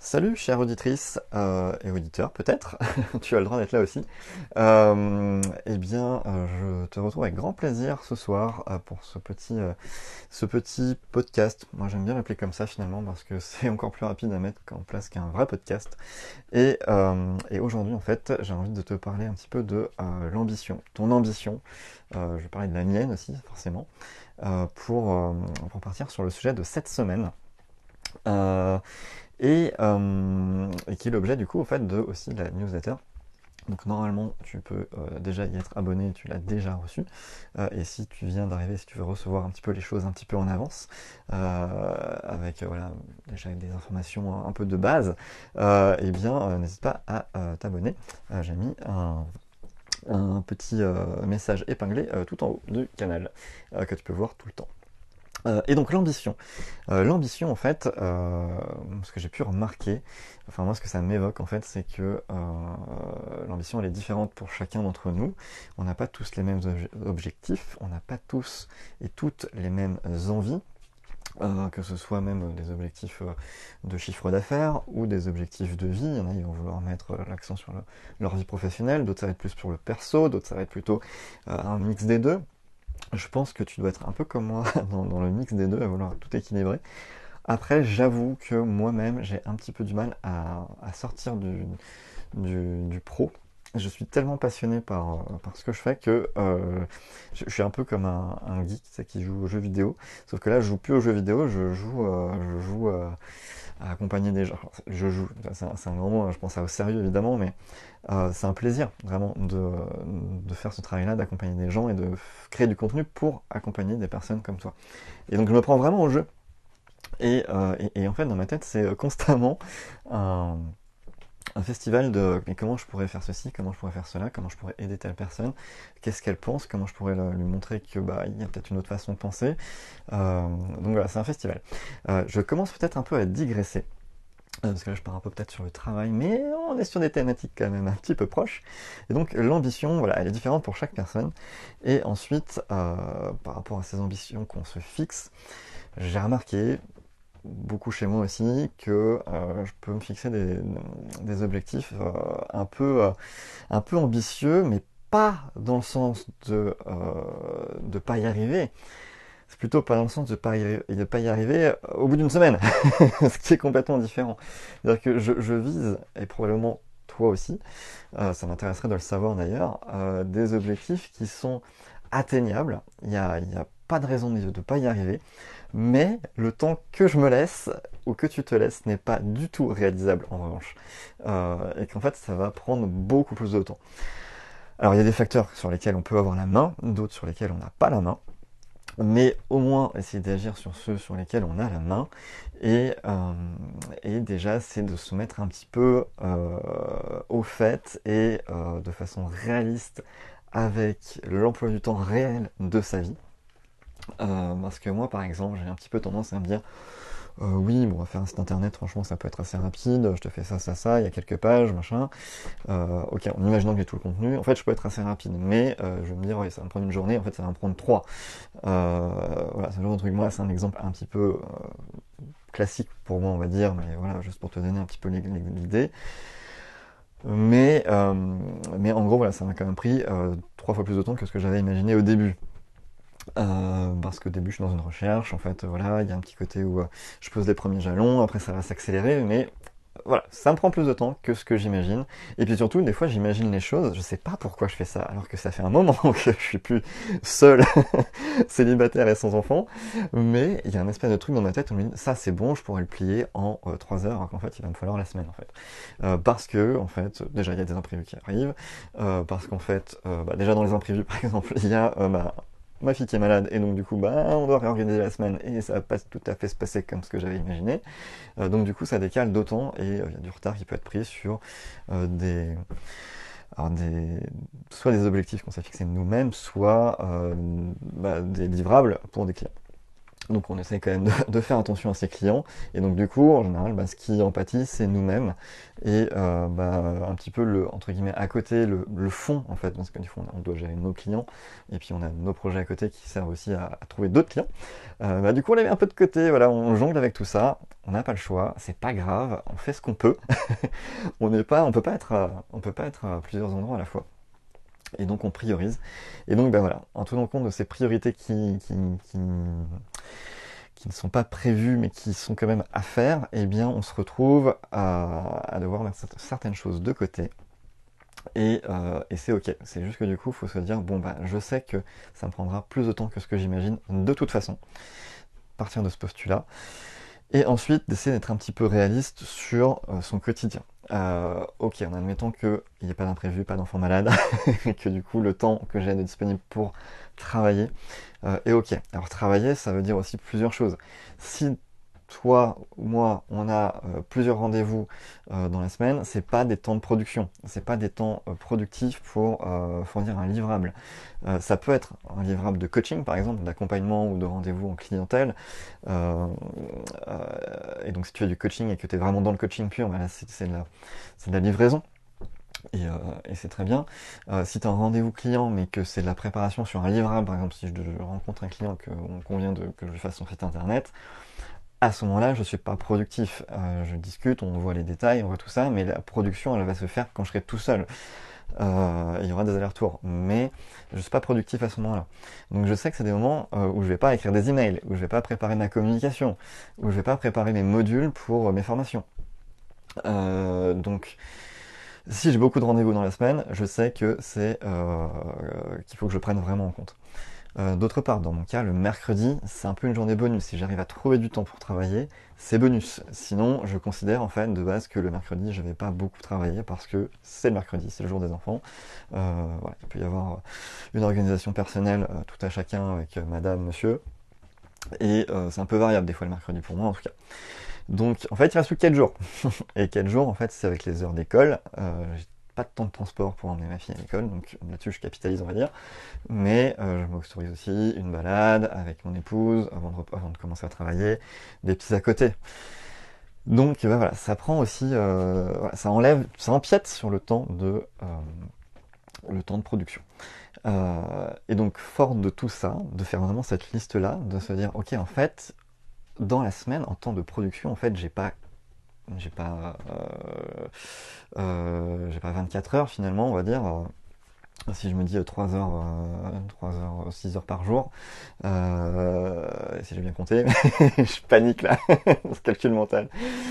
Salut chère auditrice et auditeur peut-être, tu as le droit d'être là aussi. Je te retrouve avec grand plaisir ce soir pour ce petit podcast. Moi j'aime bien l'appeler comme ça finalement parce que c'est encore plus rapide à mettre en place qu'un vrai podcast. Et aujourd'hui en fait j'ai envie de te parler un petit peu de l'ambition, ton ambition. Je vais parler de la mienne aussi forcément pour partir sur le sujet de cette semaine. Euh, et qui est l'objet du coup au fait de aussi de la newsletter. Donc normalement tu peux déjà y être abonné, tu l'as déjà reçu. Et si tu viens d'arriver, si tu veux recevoir un petit peu les choses un petit peu en avance, avec voilà déjà des informations un peu de base, n'hésite pas à t'abonner. J'ai mis un petit message épinglé tout en haut du canal que tu peux voir tout le temps. Et donc l'ambition. L'ambition, en fait, ce que j'ai pu remarquer, enfin moi ce que ça m'évoque en fait, c'est que l'ambition elle est différente pour chacun d'entre nous. On n'a pas tous les mêmes objectifs, on n'a pas tous et toutes les mêmes envies. Que ce soit même des objectifs de chiffre d'affaires ou des objectifs de vie. Il y en a, ils vont vouloir mettre l'accent sur leur vie professionnelle, d'autres ça va être plus sur le perso, d'autres ça va être plutôt un mix des deux. Je pense que tu dois être un peu comme moi dans le mix des deux, à vouloir tout équilibrer. Après, j'avoue que moi-même, j'ai un petit peu du mal à sortir du pro. Je suis tellement passionné par ce que je fais que je suis un peu comme un geek, tu sais, qui joue aux jeux vidéo. Sauf que là, je joue plus aux jeux vidéo, je joue à accompagner des gens. Je joue, c'est un grand mot, hein, je pense ça au sérieux évidemment, mais c'est un plaisir vraiment de faire ce travail-là, d'accompagner des gens et de créer du contenu pour accompagner des personnes comme toi. Et donc je me prends vraiment au jeu. Et en fait, dans ma tête, c'est constamment un, un festival de mais comment je pourrais faire ceci, comment je pourrais faire cela, comment je pourrais aider telle personne, qu'est-ce qu'elle pense, comment je pourrais lui montrer que bah il y a peut-être une autre façon de penser. Donc voilà, c'est un festival. Je commence peut-être un peu à digresser. Parce que là je pars un peu peut-être sur le travail, mais on est sur des thématiques quand même un petit peu proches. Et donc l'ambition, voilà, elle est différente pour chaque personne. Et ensuite, par rapport à ces ambitions qu'on se fixe, j'ai remarqué, beaucoup chez moi aussi, que je peux me fixer des objectifs un peu ambitieux, mais pas dans le sens de pas y arriver. C'est plutôt pas dans le sens de pas y arriver au bout d'une semaine, ce qui est complètement différent. C'est-à-dire que je vise, et probablement toi aussi, ça m'intéresserait de le savoir d'ailleurs, des objectifs qui sont atteignables. Il y a pas de raison de ne pas y arriver, mais le temps que je me laisse ou que tu te laisses n'est pas du tout réalisable en revanche. Et qu'en fait ça va prendre beaucoup plus de temps. Alors il y a des facteurs sur lesquels on peut avoir la main, d'autres sur lesquels on n'a pas la main, mais au moins essayer d'agir sur ceux sur lesquels on a la main. Et déjà c'est de se mettre un petit peu au fait et de façon réaliste avec l'emploi du temps réel de sa vie. Parce que moi par exemple j'ai un petit peu tendance à me dire oui, bon, on va faire un site internet, franchement, ça peut être assez rapide, je te fais ça, il y a quelques pages, machin. Ok, en imaginant que j'ai tout le contenu, en fait, je peux être assez rapide, mais je vais me dire, ouais, ça va me prendre une journée, en fait, ça va me prendre trois. Voilà, c'est le genre de truc, moi, c'est un exemple un petit peu classique pour moi, on va dire, mais voilà, juste pour te donner un petit peu l'idée. Mais en gros, voilà, ça m'a quand même pris trois fois plus de temps que ce que j'avais imaginé au début. Parce qu'au début je suis dans une recherche, en fait voilà, il y a un petit côté où je pose les premiers jalons, après ça va s'accélérer, mais voilà, ça me prend plus de temps que ce que j'imagine. Et puis surtout, des fois j'imagine les choses, je sais pas pourquoi je fais ça, alors que ça fait un moment que je suis plus seul, célibataire et sans enfant, mais il y a un espèce de truc dans ma tête où me dit, ça c'est bon, je pourrais le plier en 3 heures, alors qu'en fait il va me falloir la semaine en fait. Parce que, en fait, déjà il y a des imprévus qui arrivent, parce qu'en fait, déjà dans les imprévus par exemple, il y a ma fille qui est malade et donc du coup on doit réorganiser la semaine et ça va pas tout à fait se passer comme ce que j'avais imaginé. Donc du coup ça décale d'autant et il y a du retard qui peut être pris sur euh, des, alors soit des objectifs qu'on s'est fixés nous-mêmes, soit des livrables pour des clients. Donc on essaie quand même de faire attention à ses clients. Et donc du coup, en général, ce qui en pâtit, c'est nous-mêmes. Et un petit peu entre guillemets, à côté, le fond, en fait, parce que du coup, on doit gérer nos clients. Et puis on a nos projets à côté qui servent aussi à trouver d'autres clients. Du coup, on les met un peu de côté, voilà, on jongle avec tout ça. On n'a pas le choix, c'est pas grave, on fait ce qu'on peut. On peut pas être à plusieurs endroits à la fois. Et donc on priorise. Et donc voilà, en tenant compte de ces priorités qui ne sont pas prévues mais qui sont quand même à faire, eh bien on se retrouve à devoir mettre certaines choses de côté. Et c'est ok. C'est juste que du coup, il faut se dire, bon je sais que ça me prendra plus de temps que ce que j'imagine de toute façon. Partir de ce postulat. Et ensuite, d'essayer d'être un petit peu réaliste sur son quotidien. Ok, en admettant qu'il n'y ait pas d'imprévu, pas d'enfant malade, et que du coup, le temps que j'ai de disponible pour travailler est ok. Alors, travailler, ça veut dire aussi plusieurs choses. Si toi ou moi, on a plusieurs rendez-vous dans la semaine, c'est pas des temps de production, c'est pas des temps productifs pour fournir un livrable. Ça peut être un livrable de coaching, par exemple, d'accompagnement ou de rendez-vous en clientèle. Euh, et donc, si tu fais du coaching et que tu es vraiment dans le coaching pur, là, c'est de la livraison. Et c'est très bien. Si tu as un rendez-vous client, mais que c'est de la préparation sur un livrable, par exemple, si je rencontre un client qu'on convient que je fasse son site internet, à ce moment-là, je ne suis pas productif. Je discute, on voit les détails, on voit tout ça, mais la production, elle va se faire quand je serai tout seul. Il y aura des allers-retours, mais je ne suis pas productif à ce moment-là. Donc je sais que c'est des moments où je ne vais pas écrire des emails, où je ne vais pas préparer ma communication, où je ne vais pas préparer mes modules pour mes formations. Donc si j'ai beaucoup de rendez-vous dans la semaine, je sais que c'est qu'il faut que je prenne vraiment en compte. D'autre part, dans mon cas, le mercredi, c'est un peu une journée bonus. Si j'arrive à trouver du temps pour travailler, c'est bonus. Sinon, je considère en fait de base que le mercredi, je vais pas beaucoup travailler parce que c'est le mercredi, c'est le jour des enfants. Voilà, il peut y avoir une organisation personnelle, tout à chacun avec madame, monsieur. Et c'est un peu variable des fois le mercredi pour moi en tout cas. Donc en fait, il reste plus que 4 jours. Et 4 jours, en fait, c'est avec les heures d'école. J'ai pas de temps de transport pour emmener ma fille à l'école, donc là-dessus je capitalise on va dire. Mais je m'autorise aussi une balade avec mon épouse avant de commencer à travailler, des petits à côté. Donc voilà, ça prend aussi, ça empiète sur le temps de production. Et donc fort de tout ça, de faire vraiment cette liste-là, de se dire ok en fait, dans la semaine en temps de production, en fait j'ai pas, j'ai pas 24 heures finalement, on va dire. Si je me dis 3 heures, 6 heures par jour, si j'ai bien compté, je panique là, ce calcul mental.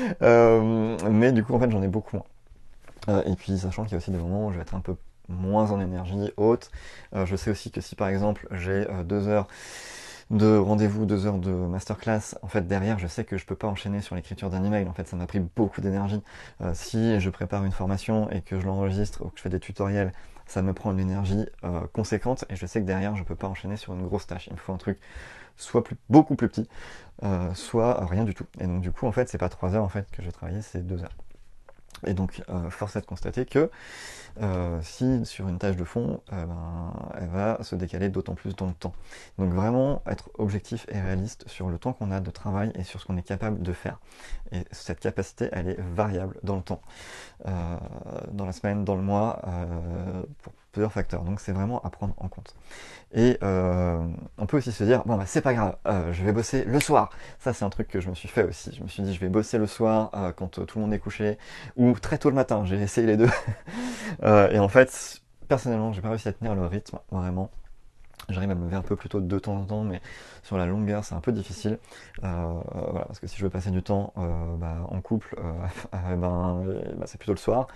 Mais du coup, en fait, j'en ai beaucoup moins. Et puis, sachant qu'il y a aussi des moments où je vais être un peu moins en énergie haute. Je sais aussi que si par exemple j'ai 2 heures de rendez-vous, 2 heures de masterclass, en fait derrière je sais que je peux pas enchaîner sur l'écriture d'un email, en fait ça m'a pris beaucoup d'énergie. Si je prépare une formation et que je l'enregistre ou que je fais des tutoriels, ça me prend une énergie conséquente et je sais que derrière je peux pas enchaîner sur une grosse tâche. Il me faut un truc soit beaucoup plus petit, soit rien du tout. Et donc du coup en fait c'est pas 3 heures en fait que je vais travailler, c'est 2 heures. Et donc force est de constater que si sur une tâche de fond, elle va se décaler d'autant plus dans le temps. Donc vraiment être objectif et réaliste sur le temps qu'on a de travail et sur ce qu'on est capable de faire. Et cette capacité, elle est variable dans le temps, dans la semaine, dans le mois, pour plusieurs facteurs. Donc c'est vraiment à prendre en compte. Et on peut aussi se dire, bon c'est pas grave, je vais bosser le soir. Ça c'est un truc que je me suis fait aussi. Je me suis dit, je vais bosser le soir quand tout le monde est couché, ou très tôt le matin. J'ai essayé les deux. Et en fait, personnellement, j'ai pas réussi à tenir le rythme, vraiment. J'arrive à me lever un peu plus tôt de temps en temps, mais sur la longueur, c'est un peu difficile. Voilà, parce que si je veux passer du temps en couple, c'est plutôt le soir.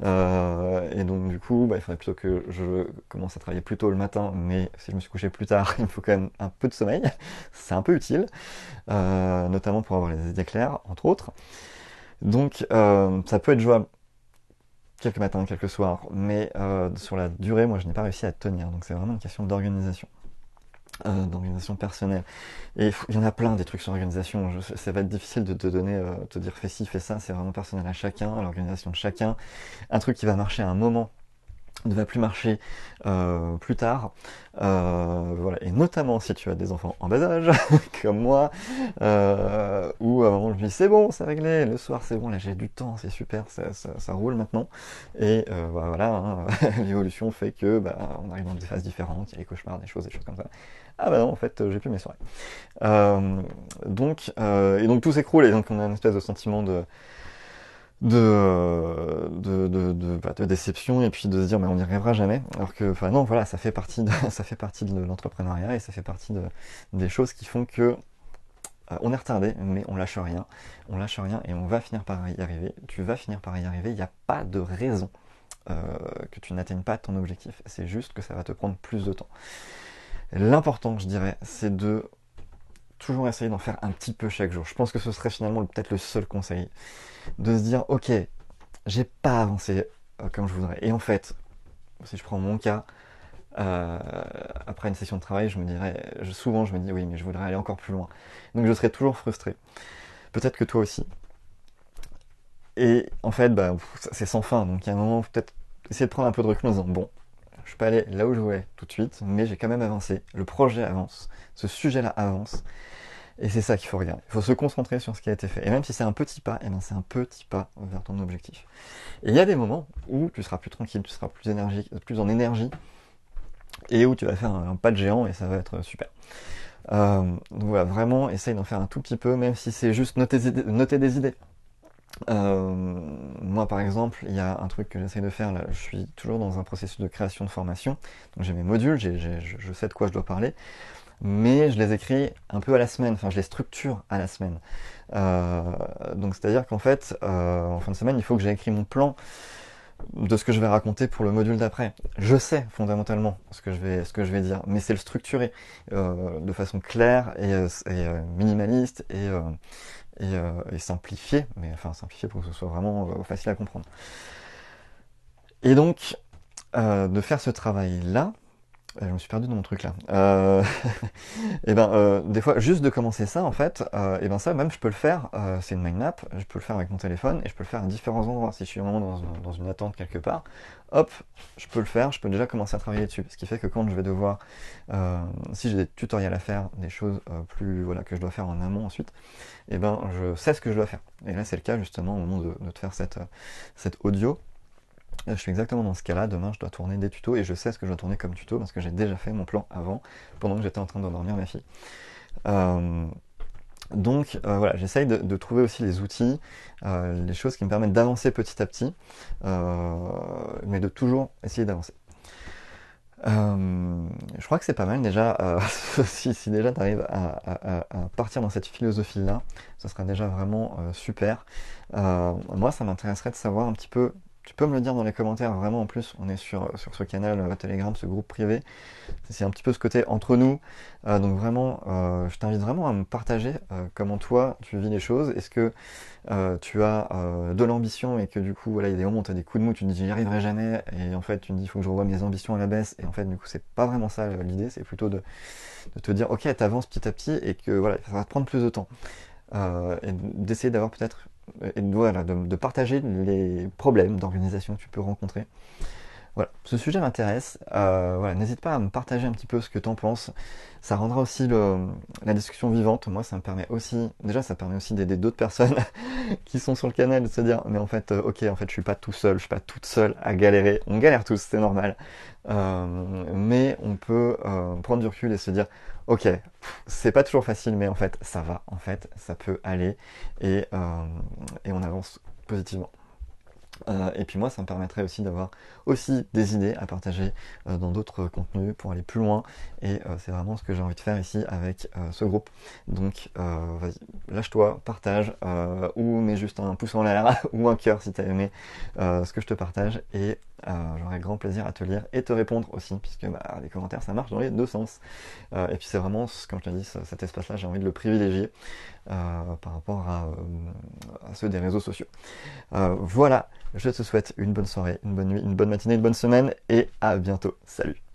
Et donc, du coup, il faudrait plutôt que je commence à travailler plus tôt le matin, mais si je me suis couché plus tard, il me faut quand même un peu de sommeil. C'est un peu utile, notamment pour avoir les idées claires, entre autres. Donc, ça peut être jouable quelques matins, quelques soirs, mais sur la durée, moi, je n'ai pas réussi à tenir. Donc c'est vraiment une question d'organisation personnelle. Et il y en a plein des trucs sur l'organisation. Ça va être difficile de te donner, te dire fais ci, fais ça. C'est vraiment personnel à chacun, à l'organisation de chacun. Un truc qui va marcher à un moment ne va plus marcher plus tard. Voilà. Et notamment si tu as des enfants en bas âge, comme moi, où à un moment je me dis c'est bon, c'est réglé, le soir c'est bon, là j'ai du temps, c'est super, ça roule maintenant. Et voilà, hein, l'évolution fait que on arrive dans des phases différentes, il y a les cauchemars, des choses comme ça. Ah bah non, en fait, j'ai plus mes soirées. Et donc tout s'écroule, et donc on a une espèce de sentiment de déception, et puis de se dire mais on n'y arrivera jamais, alors que enfin non, voilà, ça fait partie de, ça fait partie de l'entrepreneuriat, et ça fait partie des choses qui font que on est retardé, mais on lâche rien et on va finir par y arriver. Tu vas finir par y arriver, il n'y a pas de raison que tu n'atteignes pas ton objectif, c'est juste que ça va te prendre plus de temps. L'important, je dirais, c'est de toujours essayer d'en faire un petit peu chaque jour. Je pense que ce serait finalement peut-être le seul conseil, de se dire ok, j'ai pas avancé comme je voudrais. Et en fait, si je prends mon cas, après une session de travail, souvent je me dis oui, mais je voudrais aller encore plus loin. Donc je serai toujours frustré. Peut-être que toi aussi. Et en fait, c'est sans fin. Donc il y a un moment, peut-être essayer de prendre un peu de recul en disant bon, je suis pas allé là où je voulais tout de suite, mais j'ai quand même avancé. Le projet avance, ce sujet-là avance. Et c'est ça qu'il faut regarder. Il faut se concentrer sur ce qui a été fait. Et même si c'est un petit pas, c'est un petit pas vers ton objectif. Et il y a des moments où tu seras plus tranquille, tu seras plus énergique, plus en énergie, et où tu vas faire un pas de géant, et ça va être super. Donc voilà, vraiment, essaye d'en faire un tout petit peu, même si c'est juste noter des idées. Moi par exemple, il y a un truc que j'essaye de faire là, je suis toujours dans un processus de création de formation, donc j'ai mes modules, je sais de quoi je dois parler, mais je les écris un peu à la semaine, enfin je les structure à la semaine. Donc c'est-à-dire qu'en fait, en fin de semaine, il faut que j'ai écrit mon plan de ce que je vais raconter pour le module d'après. Je sais fondamentalement ce que je vais dire, mais c'est le structurer de façon claire et minimaliste et simplifié, mais enfin simplifié pour que ce soit vraiment facile à comprendre. Et donc, de faire ce travail-là, je me suis perdu dans mon truc là. Des fois, juste de commencer ça, en fait, ça, même, je peux le faire. C'est une mind map. Je peux le faire avec mon téléphone et je peux le faire à différents endroits. Si je suis vraiment dans une attente quelque part, hop, je peux le faire. Je peux déjà commencer à travailler dessus. Ce qui fait que quand je vais devoir, si j'ai des tutoriels à faire, des choses que je dois faire en amont ensuite, je sais ce que je dois faire. Et là, c'est le cas justement au moment de te faire cette audio. Je suis exactement dans ce cas-là. Demain, je dois tourner des tutos et je sais ce que je dois tourner comme tuto parce que j'ai déjà fait mon plan avant, pendant que j'étais en train d'endormir ma fille. Voilà, j'essaye de trouver aussi les outils, les choses qui me permettent d'avancer petit à petit, mais de toujours essayer d'avancer. Je crois que c'est pas mal déjà, si déjà tu arrives à partir dans cette philosophie-là, ça sera déjà vraiment super. Moi, ça m'intéresserait de savoir un petit peu. Tu peux me le dire dans les commentaires, vraiment en plus, on est sur ce canal Telegram, ce groupe privé. C'est un petit peu ce côté entre nous. Donc vraiment, je t'invite vraiment à me partager comment toi tu vis les choses. Est-ce que tu as de l'ambition et que du coup, voilà, il y a des moments où tu as des coups de mou, tu te dis j'y arriverai jamais, et en fait tu te dis il faut que je revoie mes ambitions à la baisse, et en fait du coup c'est pas vraiment ça l'idée, c'est plutôt de te dire ok, t'avances petit à petit et que voilà, ça va te prendre plus de temps. Et d'essayer d'avoir peut-être de partager les problèmes d'organisation que tu peux rencontrer. Voilà, ce sujet m'intéresse. Voilà, n'hésite pas à me partager un petit peu ce que tu en penses. Ça rendra aussi la discussion vivante. Moi, ça permet aussi d'aider d'autres personnes qui sont sur le canal, de se dire, mais en fait, ok, en fait, je suis pas tout seul, je suis pas toute seule à galérer. On galère tous, c'est normal. Mais on peut prendre du recul et se dire, ok, c'est pas toujours facile, mais en fait, ça va. En fait, ça peut aller et on avance positivement. Et puis moi, ça me permettrait aussi d'avoir aussi des idées à partager dans d'autres contenus pour aller plus loin. Et c'est vraiment ce que j'ai envie de faire ici avec ce groupe. Donc vas-y, lâche-toi, partage, ou mets juste un pouce en l'air ou un cœur si tu as aimé ce que je te partage. Et j'aurai grand plaisir à te lire et te répondre aussi, puisque les commentaires, ça marche dans les deux sens. Et puis c'est vraiment, comme je te dis, cet espace-là, j'ai envie de le privilégier par rapport à ceux des réseaux sociaux. Voilà, je te souhaite une bonne soirée, une bonne nuit, une bonne matinée, une bonne semaine et à bientôt. Salut!